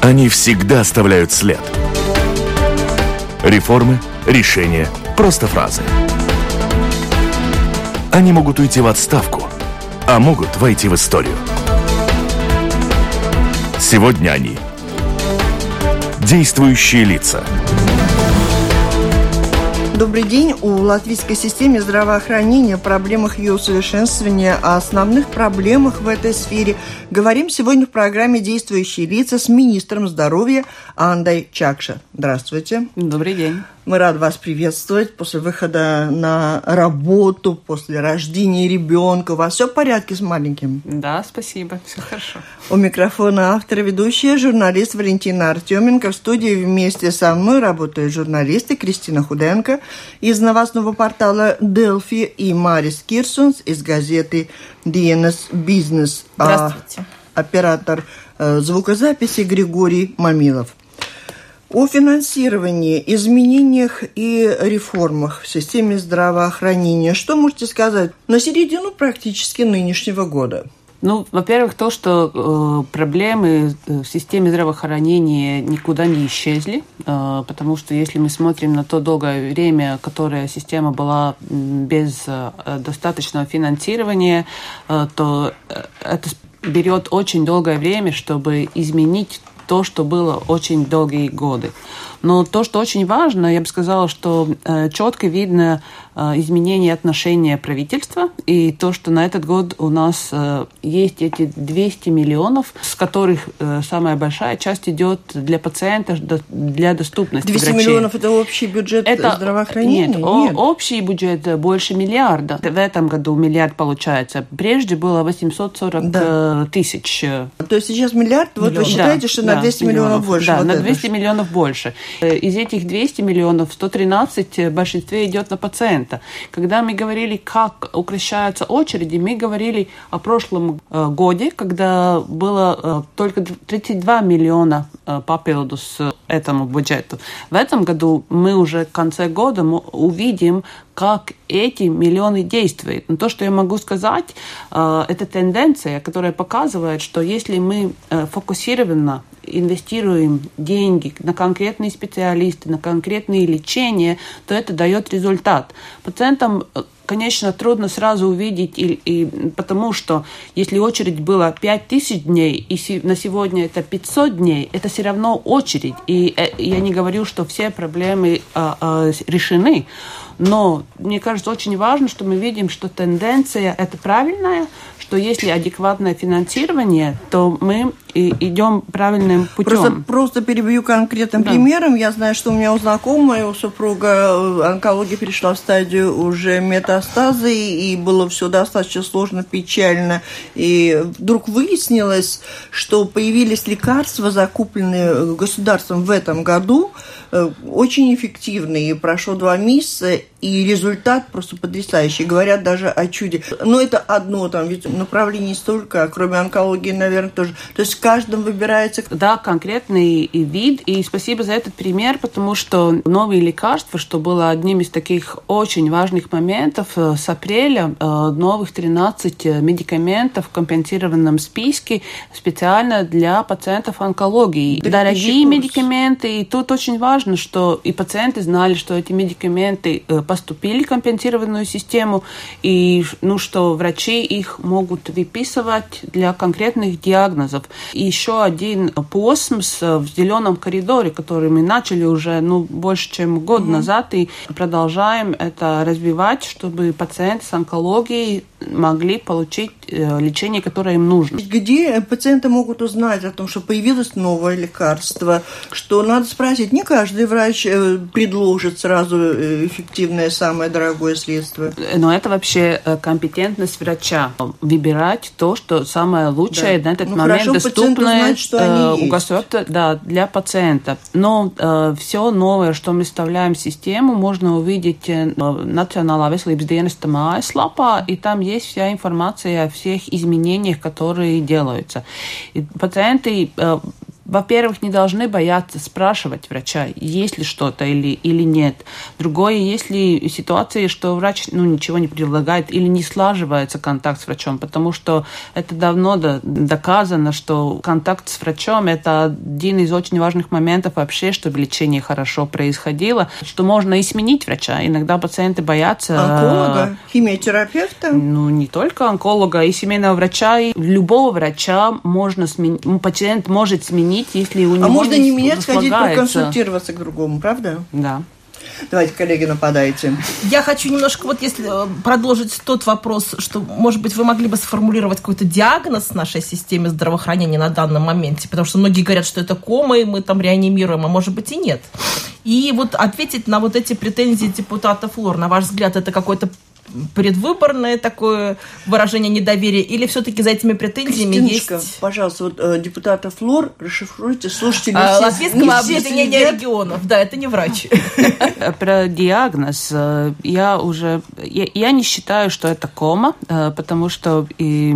Они всегда оставляют след. Реформы, решения, просто фразы. Они могут уйти в отставку, а могут войти в историю. Сегодня они действующие лица. Добрый день. О латвийской системе здравоохранения, проблемах ее усовершенствования, о основных проблемах в этой сфере говорим сегодня в программе «Действующие лица» с министром здоровья Андой Чакша. Здравствуйте. Добрый день. Мы рады вас приветствовать после выхода на работу, после рождения ребенка. У вас все в порядке с маленьким? Да, спасибо, все хорошо. У микрофона автор и ведущая, журналист Валентина Артеменко. В студии вместе со мной работают журналисты Кристина Худенко из новостного портала Delfi и Марис Кирсунс из газеты DNS Business. Здравствуйте. Оператор звукозаписи Григорий Мамилов. О финансировании, изменениях и реформах в системе здравоохранения. Что можете сказать на середину практически нынешнего года? Ну, во-первых, то, что проблемы в системе здравоохранения никуда не исчезли, потому что если мы смотрим на то долгое время, которое система была без достаточного финансирования, то это берет очень долгое время, чтобы изменить то, что было очень долгие годы. Но то, что очень важно, я бы сказала, что четко видно изменение отношения правительства и то, что на этот год у нас есть эти 200 миллионов, с которых самая большая часть идет для пациентов, для доступности 200 врачей. Миллионов – это общий бюджет здравоохранения? Нет, общий бюджет больше миллиарда. В этом году миллиард получается. Прежде было 840 тысяч. То есть сейчас миллиард, вот вы считаете, что на 200 миллионов больше? Да, вот на 200 миллионов больше. Из этих 200 миллионов 113 в большинстве идет на пациента. Когда мы говорили, как укращаются очереди, мы говорили о прошлом годе, когда было только 32 миллиона papildus этому бюджету. В этом году мы уже в конце года увидим, как эти миллионы действуют. Но то, что я могу сказать, это тенденция, которая показывает, что если мы фокусированно инвестируем деньги на конкретные специалисты, на конкретные лечения, то это дает результат. Пациентам, конечно, трудно сразу увидеть, потому что если очередь была 5000 дней, и на сегодня это 500 дней, это все равно очередь. И я не говорю, что все проблемы решены. Но мне кажется, очень важно, что мы видим, что тенденция это правильная, что если адекватное финансирование, то мы идем правильным путем. Просто перебью конкретным примером. Я знаю, что у меня у знакомой, у супруга онкология перешла в стадию уже метастазы, и было все достаточно сложно, печально. И вдруг выяснилось, что появились лекарства, закупленные государством в этом году, очень эффективные. И прошло 2 месяца, и результат просто потрясающий. Говорят даже о чуде. Но это одно, там ведь направлений столько, кроме онкологии, наверное, тоже. То есть в каждом выбирается... Да, конкретный вид. И спасибо за этот пример, потому что новые лекарства, что было одним из таких очень важных моментов, с апреля новых 13 медикаментов в компенсированном списке специально для пациентов онкологии. Дорогие медикаменты. И тут очень важно, что и пациенты знали, что эти медикаменты поступили в компенсированную систему, и что врачи их могут выписывать для конкретных диагнозов. И еще один посмс в зеленом коридоре, который мы начали уже больше, чем год назад, и продолжаем это развивать, чтобы пациенты с онкологией могли получить лечение, которое им нужно. Где пациенты могут узнать о том, что появилось новое лекарство, что надо спросить, не каждый врач предложит сразу эффективное, самое дорогое средство. Но это вообще компетентность врача. Выбирать то, что самое лучшее на этот момент доступное у государства для пациента. Но все новое, что мы вставляем в систему, можно увидеть Национālā veselības dienesta mājaslapā, и там есть вся информация о всех изменениях, которые делаются. И пациенты во-первых, не должны бояться спрашивать врача, есть ли что-то или нет. Другое, если ситуация, что врач ничего не предлагает или не слаживается контакт с врачом, потому что это давно доказано, что контакт с врачом – это один из очень важных моментов вообще, чтобы лечение хорошо происходило, что можно и сменить врача. Иногда пациенты боятся… Онколога, химиотерапевта? Не только онколога, и семейного врача, и любого врача можно сменить, пациент может сменить, если у него можно не менять, сходить слагается. проконсультироваться к другому, правда? Да. Давайте, коллеги, нападайте. Я хочу немножко, если продолжить тот вопрос, что, может быть, вы могли бы сформулировать какой-то диагноз нашей системе здравоохранения на данном моменте, потому что многие говорят, что это кома, и мы там реанимируем, а может быть и нет. И ответить на эти претензии депутата Флор. На ваш взгляд, это какой-то предвыборное такое выражение недоверия, или все-таки за этими претензиями есть… пожалуйста, депутата Флор расшифруйте, слушатели Латвийского объединения регионов. Да, это не врач. Про диагноз я не считаю, что это кома, потому что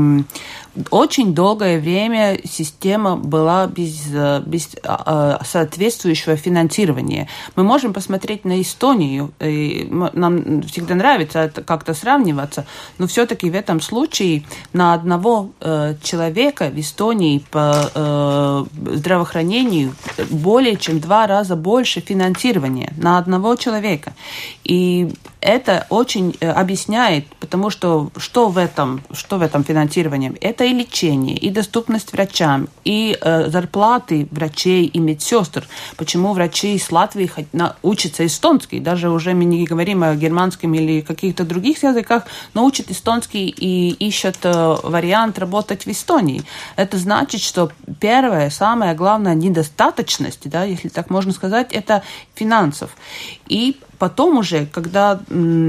очень долгое время система была без соответствующего финансирования. Мы можем посмотреть на Эстонию, и нам всегда нравится это как-то сравниваться, но все-таки в этом случае на одного человека в Эстонии по здравоохранению более чем 2 раза больше финансирования на одного человека. И это очень объясняет, потому что что в этом финансировании? Это и лечение, и доступность врачам, и зарплаты врачей и медсестр. Почему врачи из Латвии учатся эстонский? Даже уже мы не говорим о германском или каких-то других языках, но учат эстонский и ищут вариант работать в Эстонии. Это значит, что первое, самое главное, недостаточность, если так можно сказать, это финансов. И потом уже, когда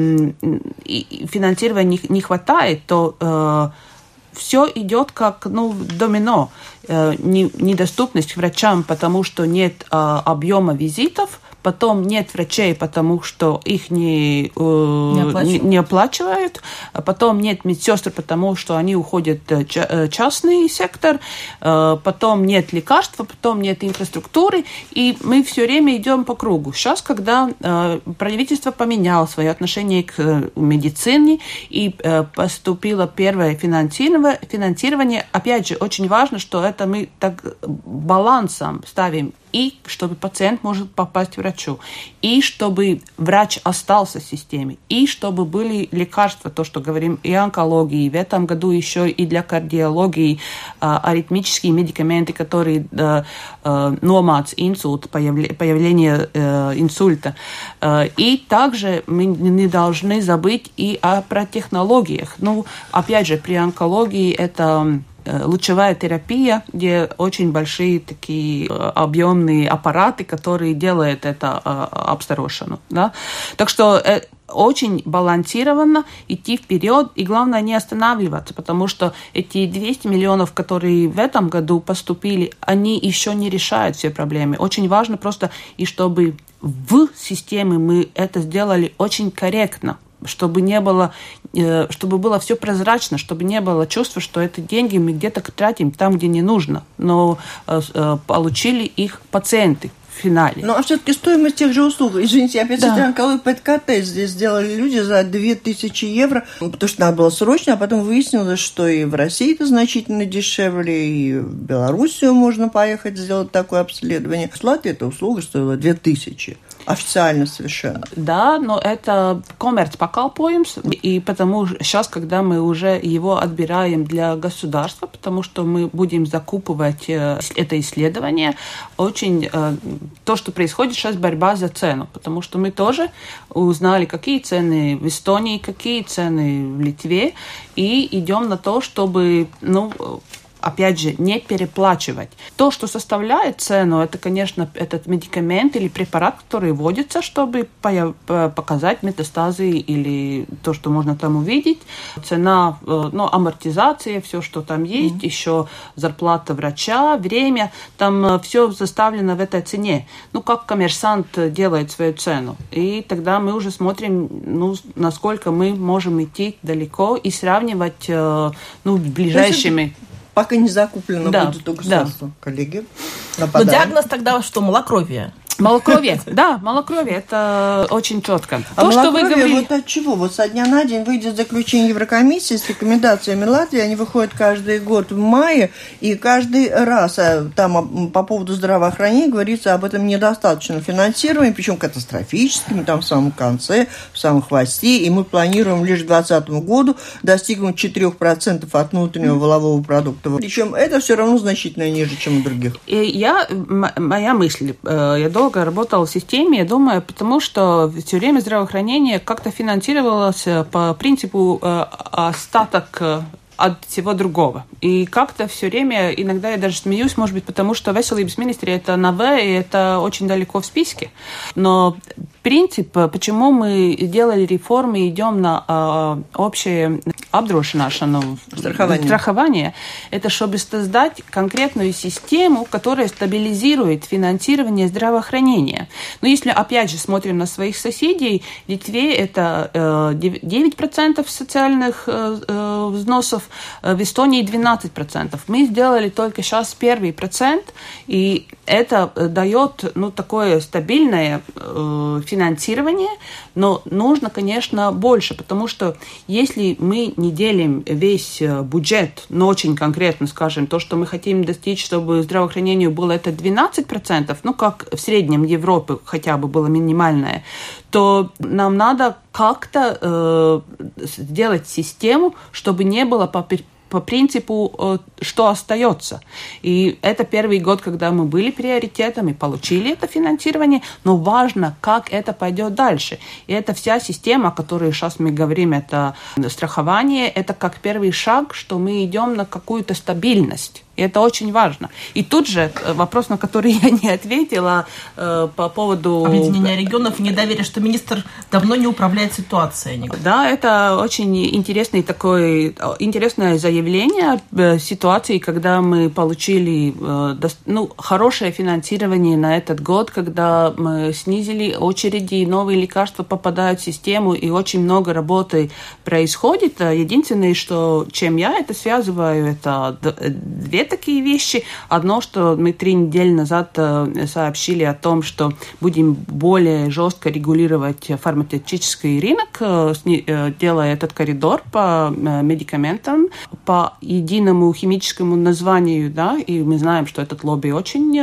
финансирования не хватает, то все идет как домино. Недоступность к врачам, потому что нет объема визитов, потом нет врачей, потому что их не оплачивают, потом нет медсестер, потому что они уходят в частный сектор, потом нет лекарств, потом нет инфраструктуры, и мы все время идем по кругу. Сейчас, когда правительство поменяло свое отношение к медицине и поступило первое финансирование, опять же, очень важно, что это мы так балансом ставим, и чтобы пациент может попасть к врачу, и чтобы врач остался в системе, и чтобы были лекарства, то, что говорим, и онкологии, в этом году еще и для кардиологии аритмические медикаменты, которые номадс, инсульт, появление инсульта. И также мы не должны забыть и про технологиях. Опять же, при онкологии это лучевая терапия, где очень большие такие объемные аппараты, которые делают это обстороженно. Да? Так что очень балансированно идти вперед, и главное не останавливаться, потому что эти 200 миллионов, которые в этом году поступили, они еще не решают все проблемы. Очень важно просто, и чтобы в системе мы это сделали очень корректно, чтобы было все прозрачно, чтобы не было чувства, что это деньги мы где-то тратим там, где не нужно, но получили их пациенты в финале. А все-таки стоимость тех же услуг, извините, опять онкологию ПЭТ-КТ здесь сделали люди за 2000 евро, потому что надо было срочно, а потом выяснилось, что и в России это значительно дешевле, и в Белоруссию можно поехать сделать такое обследование. В Латвии эта услуга стоила 2000. Официально совершенно. Да, но это коммерцпакалпojums, и потому сейчас, когда мы уже его отбираем для государства, потому что мы будем закупывать это исследование, очень то, что происходит сейчас, борьба за цену, потому что мы тоже узнали, какие цены в Эстонии, какие цены в Литве, и идем на то, чтобы, опять же, не переплачивать. То, что составляет цену, это, конечно, этот медикамент или препарат, который вводится, чтобы показать метастазы или то, что можно там увидеть. Цена, амортизация, все, что там есть, еще зарплата врача, время, там все заставлено в этой цене. Как коммерсант делает свою цену. И тогда мы уже смотрим, насколько мы можем идти далеко и сравнивать с ближайшими. Пока не закуплено будет у государства. Коллеги. Но диагноз тогда что, малокровие? Малокровие, да, малокровие, это очень четко. А что вы говорили... вот от чего? Вот со дня на день выйдет заключение Еврокомиссии с рекомендациями Латвии, они выходят каждый год в мае, и каждый раз там по поводу здравоохранения говорится об этом недостаточном финансировании, причем катастрофическим, там в самом конце, в самом хвосте, и мы планируем лишь к 2020 году достигнуть 4% от внутреннего валового продукта. Причем это все равно значительно ниже, чем у других. Моя мысль, я долго работала в системе, я думаю, потому что все время здравоохранение как-то финансировалось по принципу остаток от всего другого. И как-то все время, иногда я даже смеюсь, может быть, потому что Veselības министрия это на В, и это очень далеко в списке. Но принцип, почему мы делали реформы и идем на общее страхование, это чтобы создать конкретную систему, которая стабилизирует финансирование здравоохранения. Но если, опять же, смотрим на своих соседей, в Литве это 9% социальных взносов, в Эстонии 12%. Мы сделали только сейчас 1%, и это дает такое стабильное финансирование, но нужно, конечно, больше, потому что если мы не делим весь бюджет, но очень конкретно скажем, то, что мы хотим достичь, чтобы здравоохранению было это 12%, как в среднем Европе хотя бы было минимальное, то нам надо как-то сделать систему, чтобы не было по принципу, что остается. И это первый год, когда мы были приоритетом и получили это финансирование, но важно, как это пойдет дальше. И это вся система, о которой сейчас мы говорим, это страхование, это как первый шаг, что мы идем на какую-то стабильность. И это очень важно. И тут же вопрос, на который я не ответила по поводу... Объединения регионов и недоверия, что министр давно не управляет ситуацией. Да, это очень интересное заявление ситуации, когда мы получили хорошее финансирование на этот год, когда мы снизили очереди, новые лекарства попадают в систему, и очень много работы происходит. Единственное, чем я это связываю, это две такие вещи. Одно, что мы 3 недели назад сообщили о том, что будем более жестко регулировать фармацевтический рынок, делая этот коридор по медикаментам, по единому химическому названию, да, и мы знаем, что этот лобби очень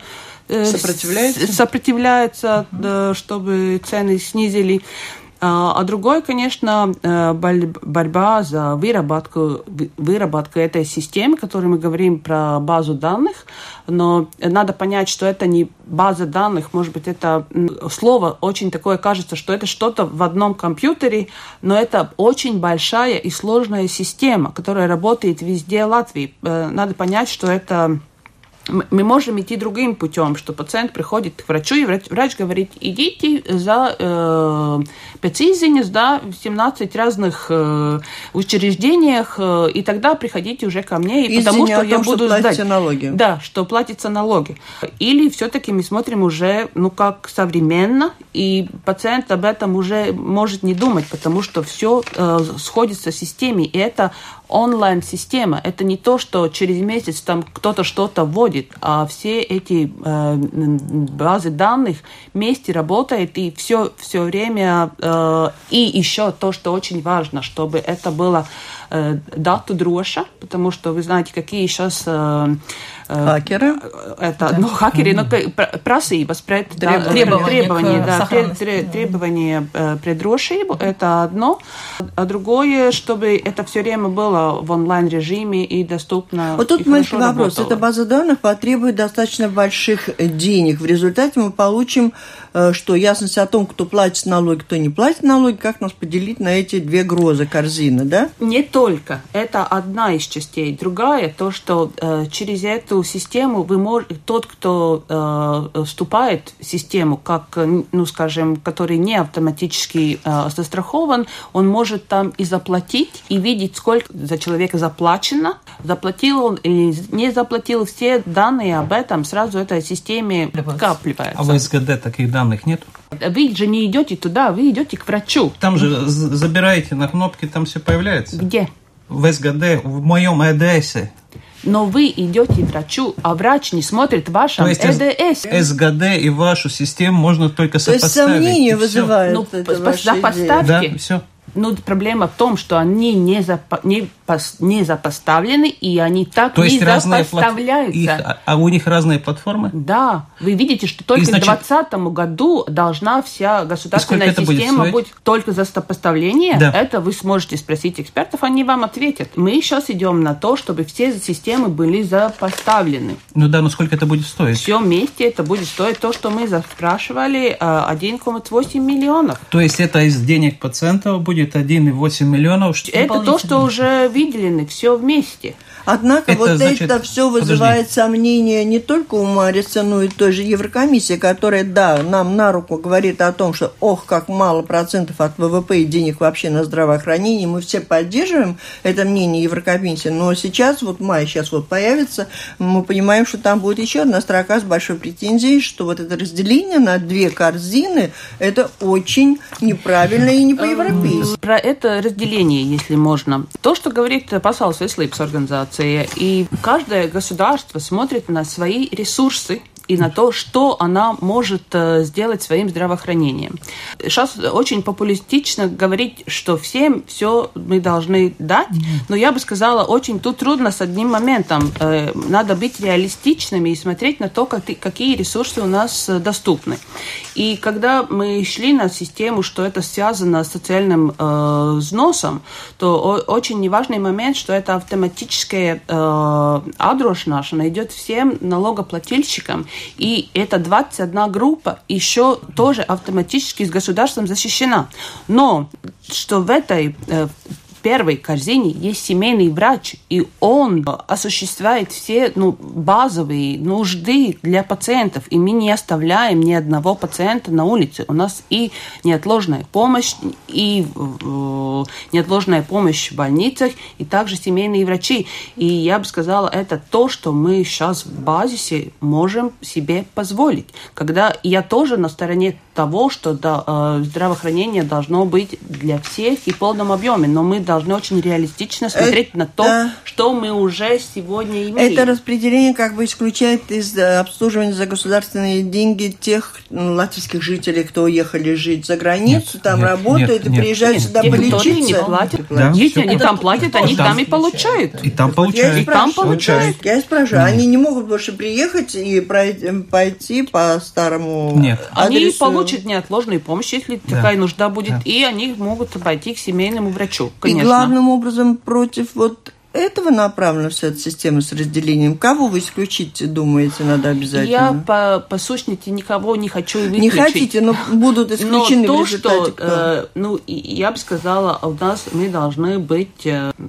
сопротивляется, чтобы цены снизили. А другое, конечно, борьба за выработку этой системы, которой мы говорим про базу данных, но надо понять, что это не база данных, может быть, это слово очень такое кажется, что это что-то в одном компьютере, но это очень большая и сложная система, которая работает везде в Латвии. Надо понять, что это... Мы можем идти другим путем, что пациент приходит к врачу, и врач говорит, идите за пациентом, да, в 17 разных учреждениях, и тогда приходите уже ко мне, и потому что я буду сдать. Налоги. Да, что платятся налоги. Или все-таки мы смотрим уже, как современно, и пациент об этом уже может не думать, потому что все сходится в системе, и это онлайн-система. Это не то, что через месяц там кто-то что-то вводит, а все эти базы данных вместе работают, и все время... И еще то, что очень важно, чтобы это было дату дроша, потому что вы знаете, какие сейчас... Хакеры? Хакеры, прasības пред требования пред drošību, это одно. А другое, чтобы это все время было в онлайн-режиме и доступно. Вот тут маленький вопрос. Эта база данных потребует достаточно больших денег. В результате мы получим, что ясность о том, кто платит налоги, кто не платит налоги, как нас поделить на эти 2 грозы, корзины, да? Не только. Это одна из частей. Другая, то, что через эту систему тот, кто вступает в систему, как, скажем, который не автоматически застрахован, он может там и заплатить, и видеть, сколько за человека заплачено, заплатил он или не заплатил, все данные об этом сразу в этой системе скапливаются. А в СГД таких данных нет? Вы же не идете туда, вы идете к врачу. Там же забираете на кнопки, там все появляется. Где? в СГД, в моем ЭДСе. Но вы идете к врачу, а врач не смотрит в вашем ЭДС. СГД и вашу систему можно только сопоставить. То есть сомнения вызывают сопоставьте. Да, все. Ну, проблема в том, что они не запоставлены, и они так то не есть запоставляются. А у них разные платформы? Да. Вы видите, что только к 2020 году должна вся государственная система быть только за сопоставление. Да. Это вы сможете спросить экспертов, они вам ответят. Мы сейчас идем на то, чтобы все системы были запоставлены. Ну да, но сколько это будет стоить? Все вместе это будет стоить то, что мы спрашивали, 1,8 миллионов. То есть это из денег пациентов будет 1,8 миллионов. Это то, что уже выделено, все вместе. Однако это все вызывает сомнения не только у Мариса, но и той же Еврокомиссии, которая, да, нам на руку говорит о том, что как мало процентов от ВВП и денег вообще на здравоохранение. Мы все поддерживаем это мнение Еврокомиссии, но сейчас, май сейчас появится, мы понимаем, что там будет еще одна строка с большой претензией, что это разделение на две корзины, это очень неправильно и не по-европейски. Про это разделение, если можно. То, что говорит Pasaules veselības организация, и каждое государство смотрит на свои ресурсы и на то, что она может сделать своим здравоохранением. Сейчас очень популистично говорить, что всем все мы должны дать, но я бы сказала, очень тут трудно с одним моментом. Надо быть реалистичными и смотреть на то, какие ресурсы у нас доступны. И когда мы шли на систему, что это связано с социальным взносом, то очень важный момент, что это автоматическая apdrošināšana идет всем налогоплательщикам. И эта 21 группа еще тоже автоматически с государством защищена. Но что в этой первой корзине есть семейный врач, и он осуществляет все базовые нужды для пациентов. И мы не оставляем ни одного пациента на улице. У нас и неотложная помощь, и неотложная помощь в больницах, и также семейные врачи. И я бы сказала, это то, что мы сейчас в базисе можем себе позволить. Когда я тоже на стороне того, что здравоохранение должно быть для всех и в полном объеме, но мы должны очень реалистично смотреть на то, что мы уже сегодня имеем. Это распределение исключает из обслуживания за государственные деньги тех латвийских жителей, кто уехали жить за границу, работают и приезжают сюда полечиться. Не платят. Да, если они там платят, они там и получают. И там получают. Я спрашиваю, они не могут больше приехать и пойти по старому адресу? Они получат неотложную помощь, если такая нужда будет, и они могут пойти к семейному врачу, конечно. И главным образом против этого направлена вся эта система с разделением. Кого вы исключить, думаете, надо обязательно? Я по сущности никого не хочу выключить. Не хотите, но будут исключены в результате. Я бы сказала, у нас мы должны быть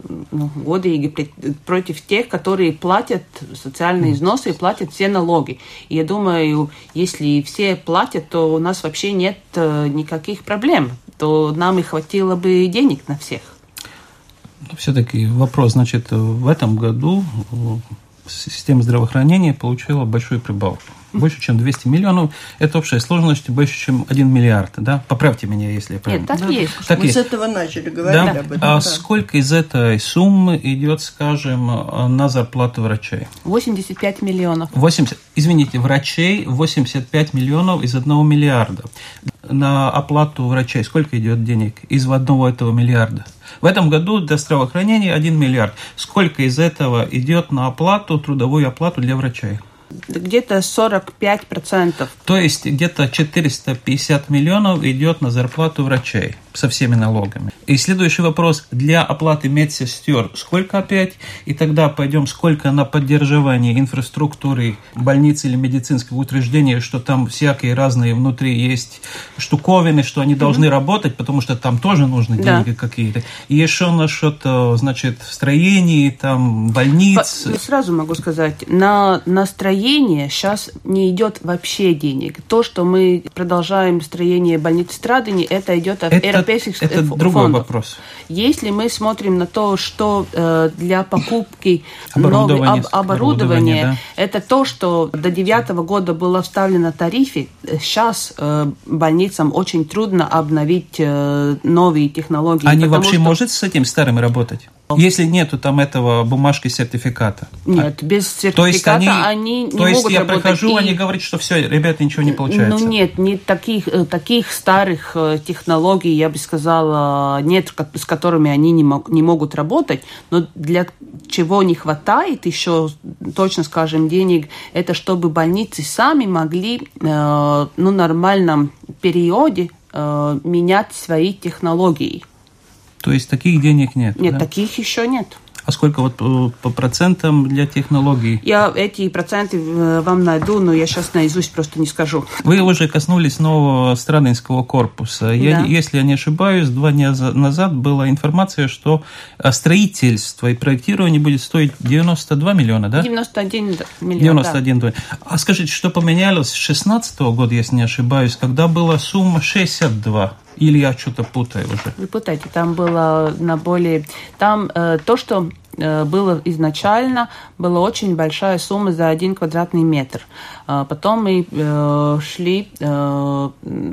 годīgi против тех, которые платят социальные взносы и платят все налоги. И я думаю, если все платят, то у нас вообще нет никаких проблем. То нам и хватило бы денег на всех. Все-таки вопрос, в этом году система здравоохранения получила большую прибавку. Больше, чем 200 миллионов. Это общая сложность больше, чем 1 миллиард. Да? Поправьте меня, если я правильно. Нет, так есть. Так Мы с этого начали говорить об этом. Сколько из этой суммы идет, скажем, на зарплату врачей? 85 миллионов. Врачей 85 миллионов из 1 миллиарда. На оплату врачей сколько идет денег из одного этого миллиарда? В этом году для здравоохранения 1 миллиард. Сколько из этого идет на трудовую оплату для врачей? Где-то 45%. То есть где-то 450 миллионов идет на зарплату врачей со всеми налогами. И следующий вопрос. Для оплаты медсестер сколько опять? И тогда пойдем, сколько на поддержание инфраструктуры больниц или медицинских учреждений, что там всякие разные внутри есть штуковины, что они должны работать, потому что там тоже нужны деньги какие-то. И еще насчет, строений, там, больниц. Сразу могу сказать, на строение сейчас не идет вообще денег. То, что мы продолжаем строение больниц Страдани, это идет от европейских фондов. Другой вопрос. Если мы смотрим на то, что для покупки оборудования, это то, что до 2009 года было вставлено в тарифе, сейчас больницам очень трудно обновить новые технологии. Они вообще могут с этим старым работать? Если нету там этого бумажки сертификата. Нет, без сертификата они не могут работать. То есть я прихожу, они говорят, что все, ребята, ничего не получается. Ну нет, не таких старых технологий, я бы сказала, нет, с которыми они не могут работать. Но для чего не хватает еще, точно скажем, денег, это чтобы больницы сами могли в нормальном периоде менять свои технологии. То есть таких денег нет? Нет, да? таких еще нет. А сколько вот по процентам для технологий? Я эти проценты вам найду, но я сейчас наизусть просто не скажу. Вы уже коснулись нового Страдинского корпуса. Да. Если я не ошибаюсь, 2 дня назад была информация, что строительство и проектирование будет стоить 92 миллиона, да? 91 миллион, 91 да. А скажите, что поменялось с 2016 года, если не ошибаюсь, когда была сумма 62? Или я что-то путаю уже? Вы путаете. Там было на более... Там то, что было изначально, была очень большая сумма за 1 квадратный метр. Потом мы шли на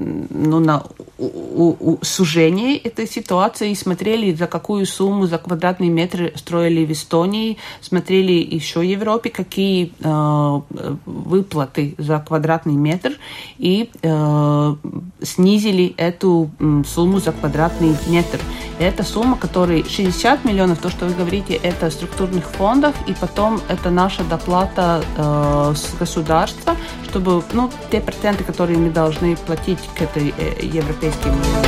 сужение этой ситуации и смотрели, за какую сумму за квадратный метр строили в Эстонии, смотрели еще в Европе, какие выплаты за квадратный метр, и снизили эту сумму за квадратный метр. И эта сумма, которая 60 миллионов, то, что вы говорите, это структурных фондов, и потом это наша доплата с государства, чтобы те проценты, которые мы должны платить к этой европейской.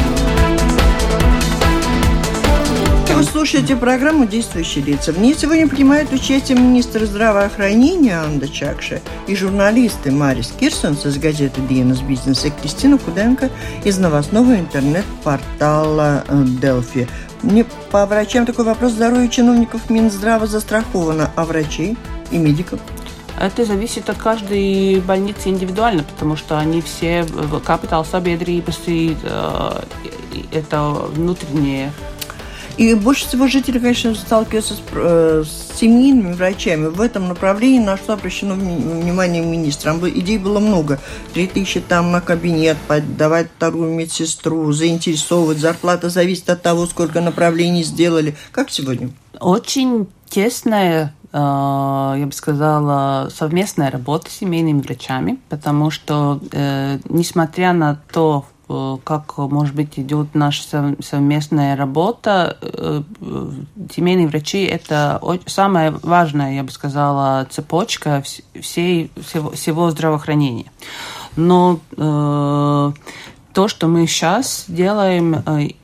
Вы слушаете программу «Действующие лица». В ней сегодня принимают участие министр здравоохранения Анда Чакша и журналисты Марис Кирсонс из газеты «Dienas Business» и Кристина Куденко из новостного интернет-портала «Делфи». Мне по врачам такой вопрос: здоровье чиновников Минздрава застраховано, а врачей и медиков? Это зависит от каждой больницы индивидуально, потому что они все капитал sabiedrības, и это внутренние. И больше всего жители, конечно, сталкиваются с семейными врачами. В этом направлении на что обращено внимание министра. Идей было много. 3000 там на кабинет, давать 2-ю медсестру, заинтересовывать. Зарплата зависит от того, сколько направлений сделали. Как сегодня? Очень тесная, я бы сказала, совместная работа с семейными врачами, потому что, несмотря на то, как, может быть, идет наша совместная работа, семейные врачи – это самая важная, я бы сказала, цепочка всего здравоохранения. Но то, что мы сейчас делаем,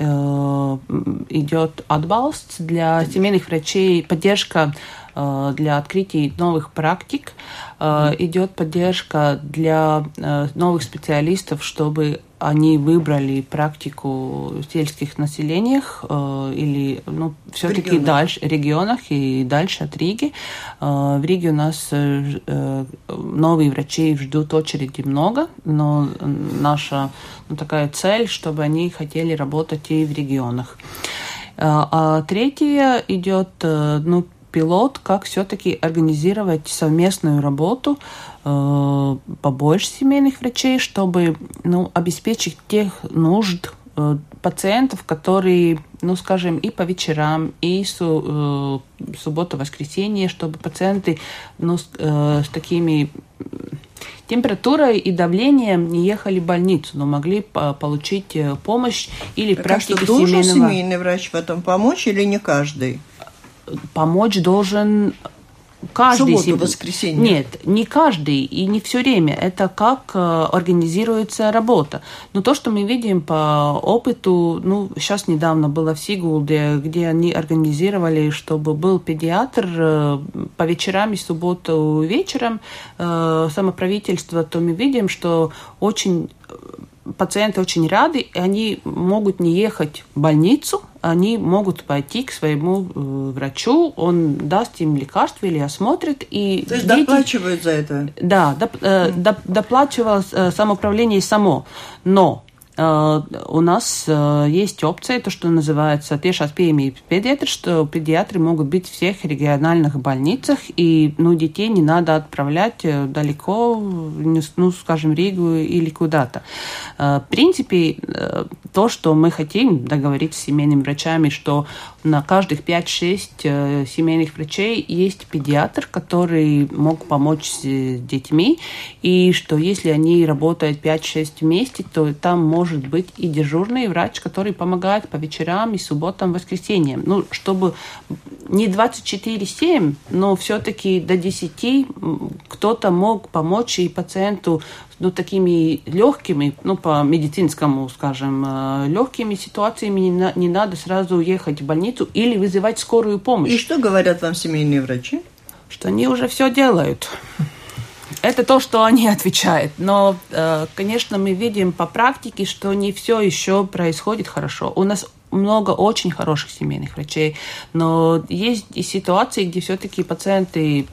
идет отбалст для семейных врачей, поддержка для открытия новых практик, идет поддержка для новых специалистов, чтобы они выбрали практику в сельских населениях или все-таки дальше регионах и дальше от Риги. В Риге у нас новые врачи ждут очереди много, но наша такая цель, чтобы они хотели работать и в регионах. А третье идет пилот, как все-таки организировать совместную работу побольше семейных врачей, чтобы обеспечить тех нужд пациентов, которые, скажем, и по вечерам, и суббота-воскресенье, чтобы пациенты с такими температурой и давлением не ехали в больницу, но могли получить помощь или практику семейного. Должен семейный врач в этом помочь или не каждый? Помочь должен каждый. Субботу-воскресенье? Нет, не каждый и не все время. Это как организируется работа. Но то, что мы видим по опыту, сейчас недавно было в Сигулде, где они организировали, чтобы был педиатр по вечерам и субботу вечером, самоправительство, то мы видим, что пациенты очень рады, и они могут не ехать в больницу, они могут пойти к своему врачу, он даст им лекарство или осмотрит. То есть доплачивают за это? Да, доплачивало самоуправление само. Но у нас есть опция, то, что называется tiešās pieejamības педиатры, что педиатры могут быть в всех региональных больницах, и детей не надо отправлять далеко, скажем, в Ригу или куда-то. В принципе, то, что мы хотим договориться с семейными врачами, что на каждых 5-6 семейных врачей есть педиатр, который мог помочь с детьми, и что если они работают 5-6 вместе, то там может быть и дежурный врач, который помогает по вечерам и субботам, воскресеньям. Чтобы не 24/7, но все-таки до 10 кто-то мог помочь и пациенту такими легкими, по медицинскому, скажем, легкими ситуациями не надо сразу ехать в больницу или вызывать скорую помощь. И что говорят вам семейные врачи? Что они уже все делают. Это то, что они отвечают. Но, конечно, мы видим по практике, что не все еще происходит хорошо. У нас много очень хороших семейных врачей, но есть и ситуации, где все-таки пациенты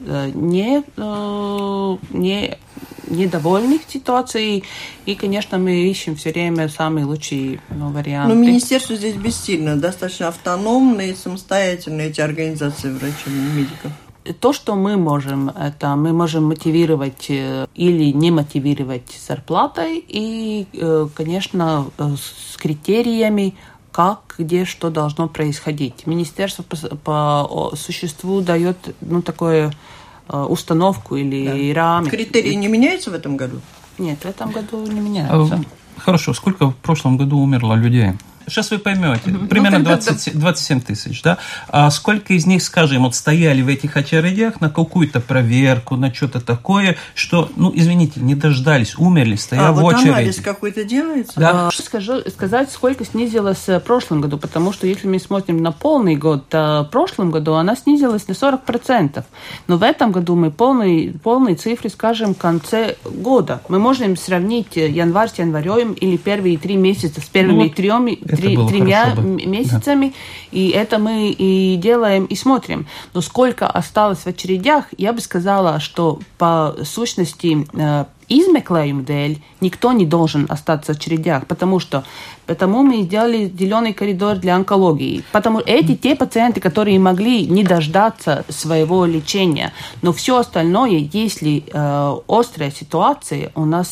недовольны ситуацией, и, конечно, мы ищем все время самые лучшие варианты. Но министерство здесь бессильно, достаточно автономные, самостоятельные эти организации врачей и медиков. То, что мы можем, это мы можем мотивировать или не мотивировать зарплатой и, конечно, с критериями, как, где, что должно происходить. Министерство по существу дает такую установку или рамки. Критерии не меняются в этом году? Нет, в этом году не меняются. Хорошо. Сколько в прошлом году умерло людей? Сейчас вы поймете. Примерно 27 тысяч, да? А сколько из них, скажем, стояли в этих очередях на какую-то проверку, на что-то такое, что, извините, не дождались, умерли, стоя в очереди. Анализ какой-то делается? Да. Сказать, сколько снизилось в прошлом году, потому что если мы смотрим на полный год, то в прошлом году она снизилась на 40%. Но в этом году мы полные цифры скажем в конце года. Мы можем сравнить январь с январем или первые 3 месяца с первыми тремя месяцами, да. И это мы и делаем, и смотрим. Но сколько осталось в очередях, я бы сказала, что по сущности изmeklējumu dēļ никто не должен остаться в очередях, потому мы сделали зеленый коридор для онкологии. Потому те пациенты, которые могли не дождаться своего лечения, но все остальное, если острая ситуация, у нас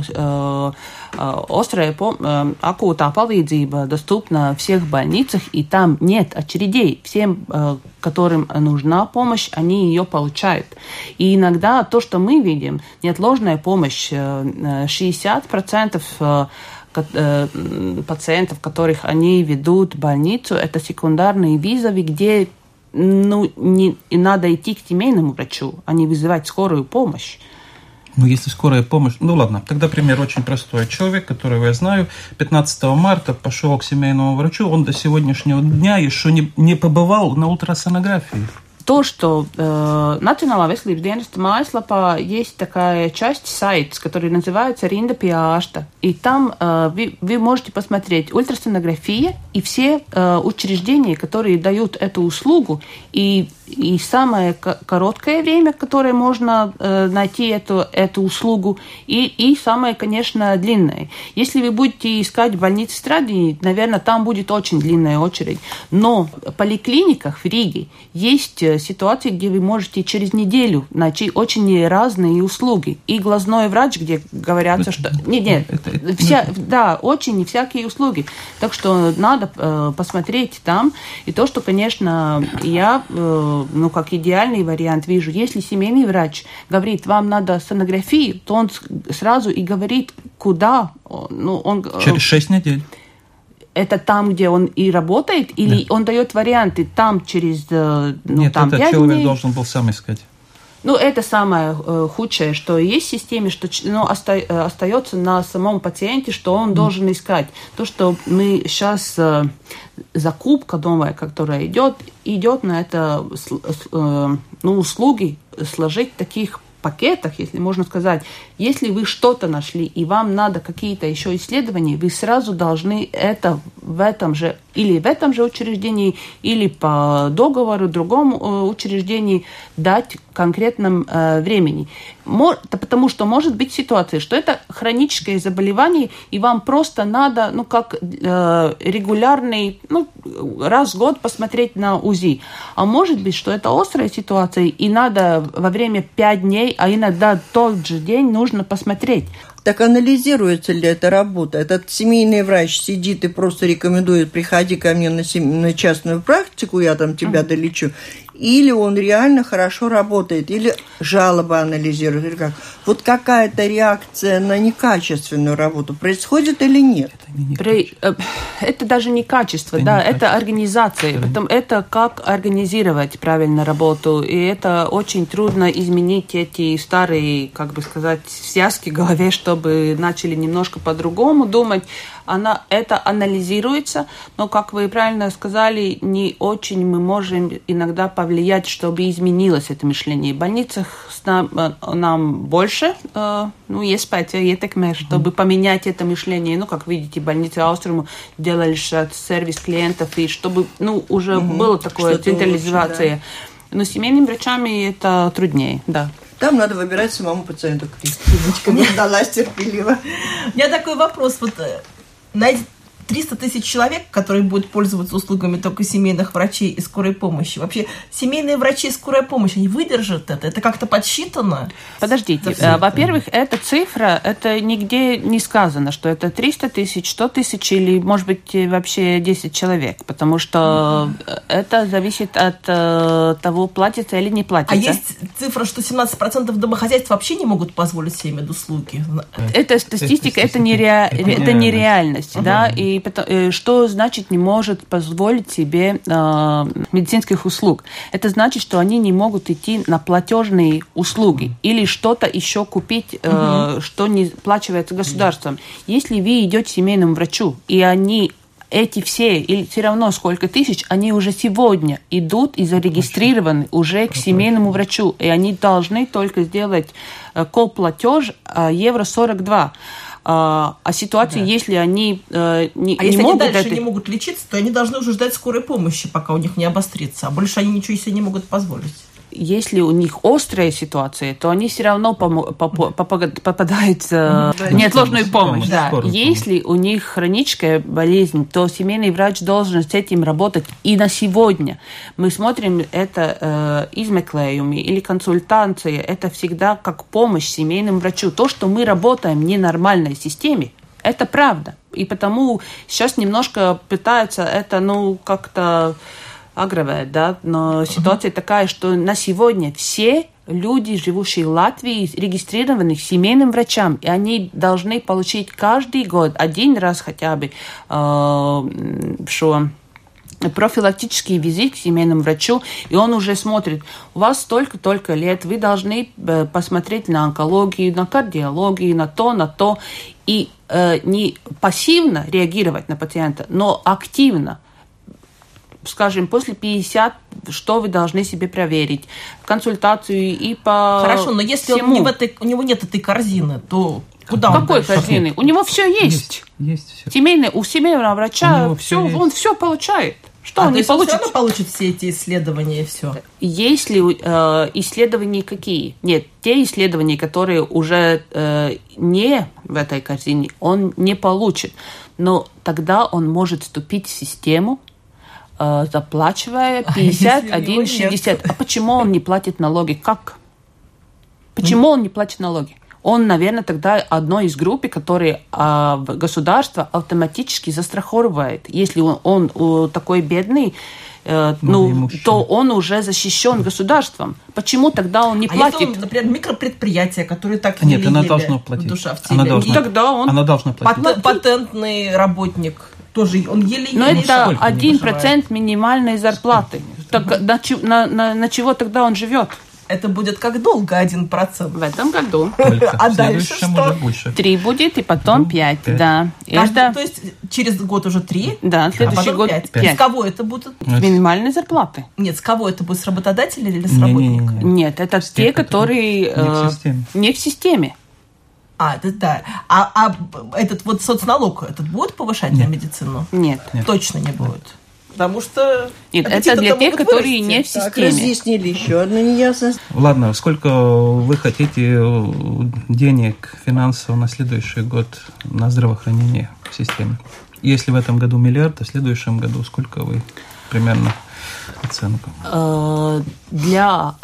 острая акūtā palīdzība доступна в всех больницах, и там нет очередей. Всем, которым нужна помощь, они ее получают. И иногда то, что мы видим, неотложная помощь, 60% пациентов, которых они ведут в больницу, это секундарные визовые, где не надо идти к семейному врачу, а не вызывать скорую помощь. Если скорая помощь... ладно, тогда пример очень простой. Человек, которого я знаю, 15 марта пошел к семейному врачу, он до сегодняшнего дня еще не побывал на ультрасонографии. То, что Национālā veselības dienesta mājaslapā есть такая часть, сайт, который называется «Rinda pie ārsta». И там вы можете посмотреть ультрасонография и все учреждения, которые дают эту услугу, и самое короткое время, которое можно найти эту услугу, и самое, конечно, длинное. Если вы будете искать в больнице Страдини, наверное, там будет очень длинная очередь. Но в поликлиниках в Риге есть ситуации, где вы можете через неделю найти очень разные услуги. И глазной врач, где говорят, что... очень всякие услуги. Так что надо посмотреть там. И то, что, конечно, я... как идеальный вариант вижу, если семейный врач говорит, вам надо сонографию, то он сразу и говорит, куда. Через 6 недель. Это там, где он и работает, или он дает варианты там через Нет, там это 5 человек дней? Должен был сам искать. Это самое худшее, что есть в системе, что остается на самом пациенте, что он должен искать. То, что мы сейчас закупка новая, которая идет на это услуги сложить в таких пакетах, если можно сказать. Если вы что-то нашли и вам надо какие-то еще исследования, вы сразу должны это в этом же или в этом же учреждении, или по договору другому учреждении дать в конкретном времени. Потому что может быть ситуация, что это хроническое заболевание, и вам просто надо, как регулярный, раз в год посмотреть на УЗИ. А может быть, что это острая ситуация, и надо во время 5 дней, а иногда тот же день нужно посмотреть. Так анализируется ли эта работа? Этот семейный врач сидит и просто рекомендует: приходи ко мне на частную практику, я там тебя долечу. Или он реально хорошо работает, или жалобы анализирует, или как. Вот какая-то реакция на некачественную работу происходит или нет? Это даже не качество, это организация. Это как организировать правильно работу. И это очень трудно изменить эти старые, связки в голове, чтобы начали немножко по-другому думать. Это анализируется, но, как вы правильно сказали, не очень мы можем иногда повлиять, чтобы изменилось это мышление. В больницах нам больше есть ietekme, чтобы поменять это мышление. Как видите, больницы Ауструму делали сервис клиентов, и чтобы уже было такое централизация. Но с семейными врачами это труднее, да. Там надо выбирать самому пациенту. Кристиночка не сдалась терпеливо. У меня такой вопрос. На 300 тысяч человек, которые будут пользоваться услугами только семейных врачей и скорой помощи. Вообще, семейные врачи и скорая помощь, они выдержат это? Это как-то подсчитано? Подождите. Во-первых, эта цифра, это нигде не сказано, что это 300 тысяч, 100 тысяч или, может быть, вообще 10 человек, потому что это зависит от того, платится или не платится. А есть цифра, что 17% домохозяйств вообще не могут позволить себе медуслуги? Это статистика, это нереальность, да, и что значит не может позволить себе медицинских услуг? Это значит, что они не могут идти на платежные услуги или что-то еще купить, что не оплачивается государством. Если вы идете к семейному врачу, и эти все, или все равно сколько тысяч, они уже сегодня идут и зарегистрированы уже к семейному врачу, и они должны только сделать коплатеж евро 42. А ситуации, если они если они дальше не могут лечиться, то они должны уже ждать скорой помощи, пока у них не обострится. А больше они ничего себе не могут позволить. Если у них острая ситуация, то они все равно попадают в неотложную помощь. Да. Если у них хроническая болезнь, то семейный врач должен с этим работать и на сегодня. Мы смотрим это измеклējumi или консультация. Это всегда как помощь семейному врачу. То, что мы работаем в ненормальной системе, это правда. И потому сейчас немножко пытаются это, как-то агравēt, да, но ситуация такая, что на сегодня все люди, живущие в Латвии, регистрированы семейным врачам, и они должны получить каждый год один раз хотя бы профилактический визит к семейному врачу, и он уже смотрит, у вас столько-только лет, вы должны посмотреть на онкологию, на кардиологию, на то, и не пассивно реагировать на пациента, но активно. Скажем, после 50, что вы должны себе проверить, консультацию и по Хорошо, но если у него нет этой корзины, то куда он? Какой корзины? У него все есть. Есть все. У семейного врача он все получает. Что он не получит? Он все равно получит все эти исследования и все. Есть ли исследования какие? Нет, те исследования, которые уже не в этой корзине, он не получит. Но тогда он может вступить в систему, заплачивая 51,60. А почему он не платит налоги? Как? Почему он не платит налоги? Он, наверное, тогда одной из групп, которые государство автоматически застраховывает. Если он такой бедный, то он уже защищен государством. Почему тогда он не платит? Если он, например, микропредприятие, которое так Нет, она должна платить. Душа в теле. Она должна платить. Патентный работник. Тоже он еле-еле. Но это 1% минимальной зарплаты. Так на чего тогда он живет? Это будет как долго 1%. В этом году. А дальше что? 3 будет, и потом 5, да. То есть через год уже 3? Да, следующий год 5. С кого это будет? С минимальной зарплаты. Нет, с кого это будет? С работодателя или с работника? Нет, это те, которые не в системе. Это да. А этот вот соцналог этот будет повышать на медицину? Нет. Точно не будет. Потому что... Нет, это для тех, которые не в системе. Так, разъяснили еще одну неясность. Ладно, сколько вы хотите денег финансово на следующий год на здравоохранение в системе? Если в этом году 1 миллиард, а в следующем году сколько вы примерно оценку? Для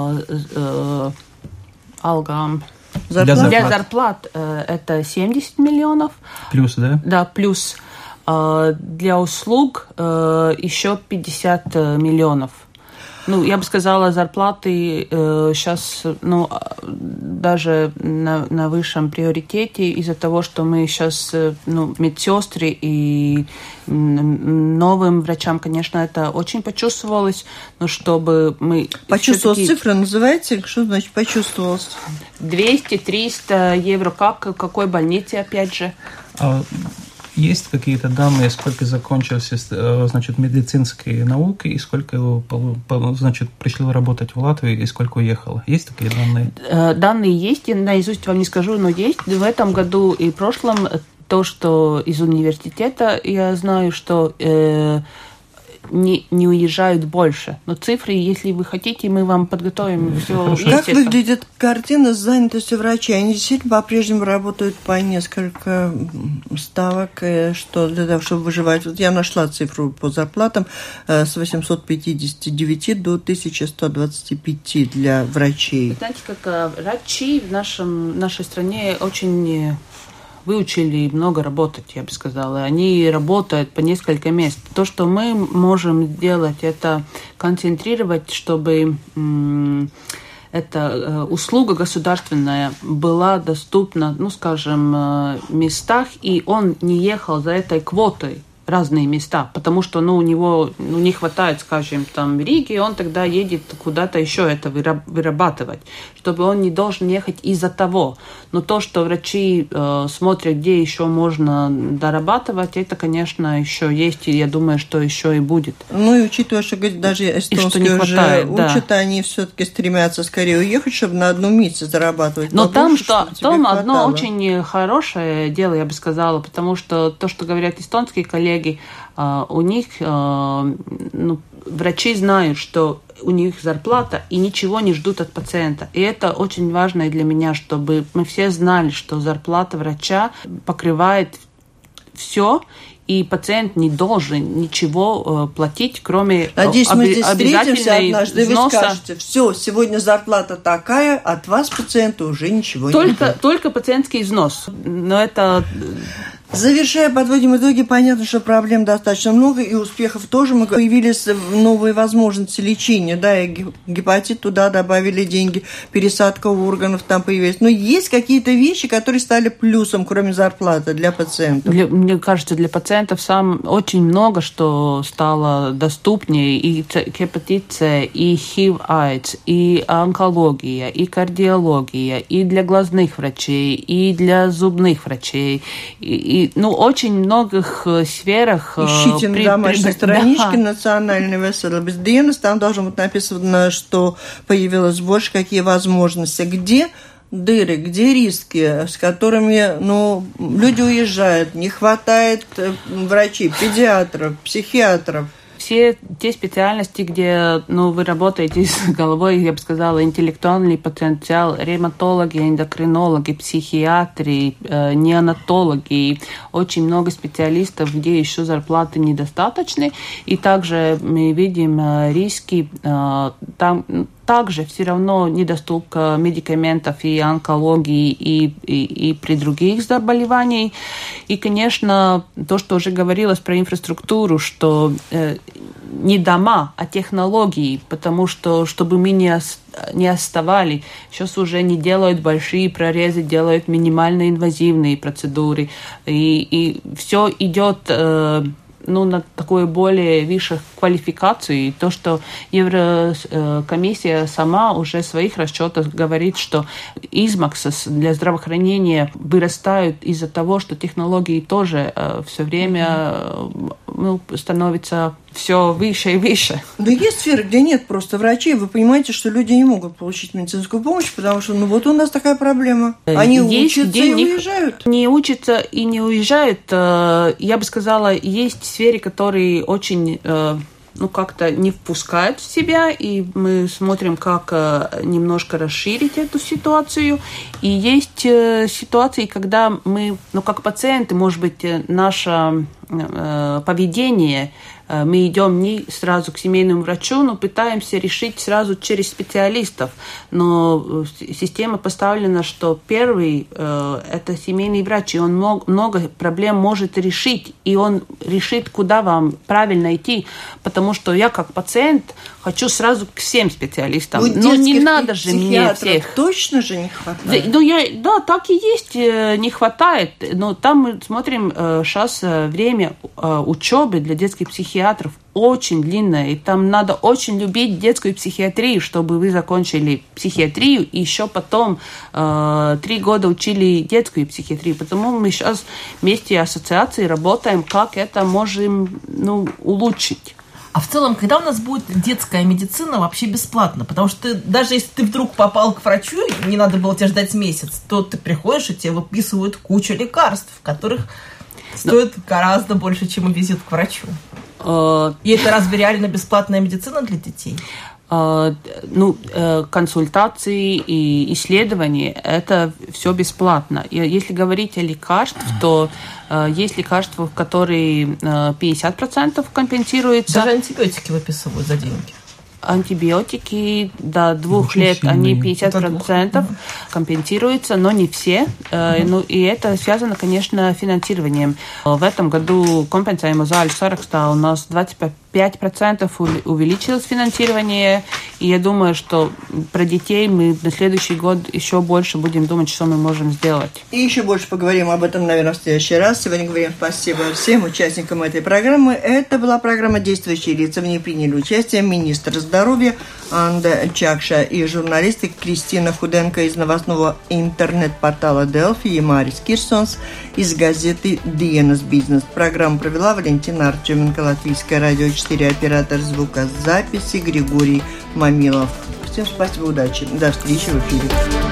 алгам... Зарплат? Для зарплат это 70 миллионов. Плюс, да? Да, плюс. Для услуг еще 50 миллионов. Я бы сказала, зарплаты сейчас, даже на высшем приоритете из-за того, что мы сейчас, медсестры и новым врачам, конечно, это очень почувствовалось, но чтобы мы... Почувствовалась цифра, называется? Что значит почувствовалась? 200-300 евро, как в какой больнице, опять же. Есть какие-то данные, сколько закончилось, медицинские науки, и сколько, пришло работать в Латвию, и сколько уехало? Есть такие данные? Данные есть, я наизусть вам не скажу, но есть. В этом году и в прошлом то, что из университета, я знаю, что не уезжают больше. Но цифры, если вы хотите, мы вам подготовим все. Как выглядит картина с занятостью врачей? Они действительно по-прежнему работают по несколько ставок, что для того, чтобы выживать. Вот я нашла цифру по зарплатам с 859 до 1125 для врачей. Знаете, как врачи в нашей стране очень... выучили много работать, я бы сказала. Они работают по несколько мест. То, что мы можем сделать, это концентрировать, чтобы эта услуга государственная была доступна, в местах, и он не ехал за этой квотой разные места, потому что у него не хватает, скажем, там в Риге, он тогда едет куда-то еще это вырабатывать, чтобы он не должен ехать из-за того. Но то, что врачи смотрят, где еще можно дорабатывать, это, конечно, еще есть, и я думаю, что еще и будет. И учитывая, что даже эстонские уже учат, они все-таки стремятся скорее уехать, чтобы на одном месте зарабатывать. Но там одно очень хорошее дело, я бы сказала, потому что то, что говорят эстонские коллеги, у них врачи знают, что у них зарплата и ничего не ждут от пациента. И это очень важно и для меня, чтобы мы все знали, что зарплата врача покрывает все, и пациент не должен ничего платить, кроме Надеюсь, мы здесь обязательной встретимся однажды, и вы взноса. скажете, все, сегодня зарплата такая, от вас пациенту уже ничего не будет. Только пациентский взнос. Но это... Завершая, подводим итоги. Понятно, что проблем достаточно много, и успехов тоже. Появились новые возможности лечения, и гепатит туда добавили деньги, пересадка органов там появилась. Но есть какие-то вещи, которые стали плюсом, кроме зарплаты, для пациентов? Мне кажется, для пациентов очень много что стало доступнее. И гепатит С, и HIV-AIDS, и онкология, и кардиология, и для глазных врачей, и для зубных врачей, и очень многих сферах. Ищите на домашней страничке национальной Veselības dienas, там должно быть написано, что появилось больше, какие возможности, где дыры, где риски, с которыми люди уезжают, не хватает врачей, педиатров, психиатров. Все те специальности, где вы работаете с головой, я бы сказала, интеллектуальный потенциал, ревматологи, эндокринологи, психиатры, неонатологи, очень много специалистов, где еще зарплаты недостаточны. И также мы видим риски там. Также все равно недоступка медикаментов и онкологии, и при других заболеваниях. И, конечно, то, что уже говорилось про инфраструктуру, что не дома, а технологии, потому что, чтобы мы не отставали, сейчас уже не делают большие прорезы, делают минимально инвазивные процедуры. И все идет... на такую более высшую квалификацию. И то, что Еврокомиссия сама уже в своих расчетах говорит, что измаксы для здравоохранения вырастают из-за того, что технологии тоже все время становятся все выше и выше. Да есть сферы, где нет просто врачей. Вы понимаете, что люди не могут получить медицинскую помощь, потому что, вот у нас такая проблема. Они учатся и уезжают. Не учатся и не уезжают. Я бы сказала, есть сферы, которые очень... как-то не впускают в себя, и мы смотрим, как немножко расширить эту ситуацию. И есть ситуации, когда мы, как пациенты, может быть, наше поведение, мы идем не сразу к семейному врачу, но пытаемся решить сразу через специалистов. Но система поставлена, что первый это семейный врач, и он много проблем может решить, и он решит, куда вам правильно идти, потому что я как пациент хочу сразу к всем специалистам. Но не надо же мне всех. Точно же не хватает? Да, так и есть, не хватает. Но там мы смотрим сейчас время учебы для детских психиатров очень длинное, и там надо очень любить детскую психиатрию, чтобы вы закончили психиатрию, и еще потом 3 года учили детскую психиатрию. Потому мы сейчас вместе ассоциации работаем, как это можем улучшить. А в целом, когда у нас будет детская медицина вообще бесплатно? Потому что даже если ты вдруг попал к врачу, не надо было тебя ждать месяц, то ты приходишь, и тебе выписывают кучу лекарств, которых стоит гораздо больше, чем визит к врачу. И это разве реально бесплатная медицина для детей? Консультации и исследования – это все бесплатно. И если говорить о лекарствах, то есть лекарства, которые 50% компенсируются. Даже антибиотики выписывают за деньги. Антибиотики до 2 лет, они 50% компенсируются, но не все. И это связано, конечно, с финансированием. В этом году компенсējumu zāļu sarakstā у нас 25% увеличилось финансирование. И я думаю, что про детей мы на следующий год еще больше будем думать, что мы можем сделать. И еще больше поговорим об этом, наверное, в следующий раз. Сегодня говорим спасибо всем участникам этой программы. Это была программа «Действующие лица». В ней приняли участие министр здоровья Анда Чакша и журналисты Кристина Худенко из новостного интернет-портала Delfi и Марис Кирсонс из газеты «Dienas Business». Программу провела Валентина Артеменко, Латвийское радио 4, оператор звукозаписи Григорий Мамилов. Всем спасибо, удачи. До встречи в эфире.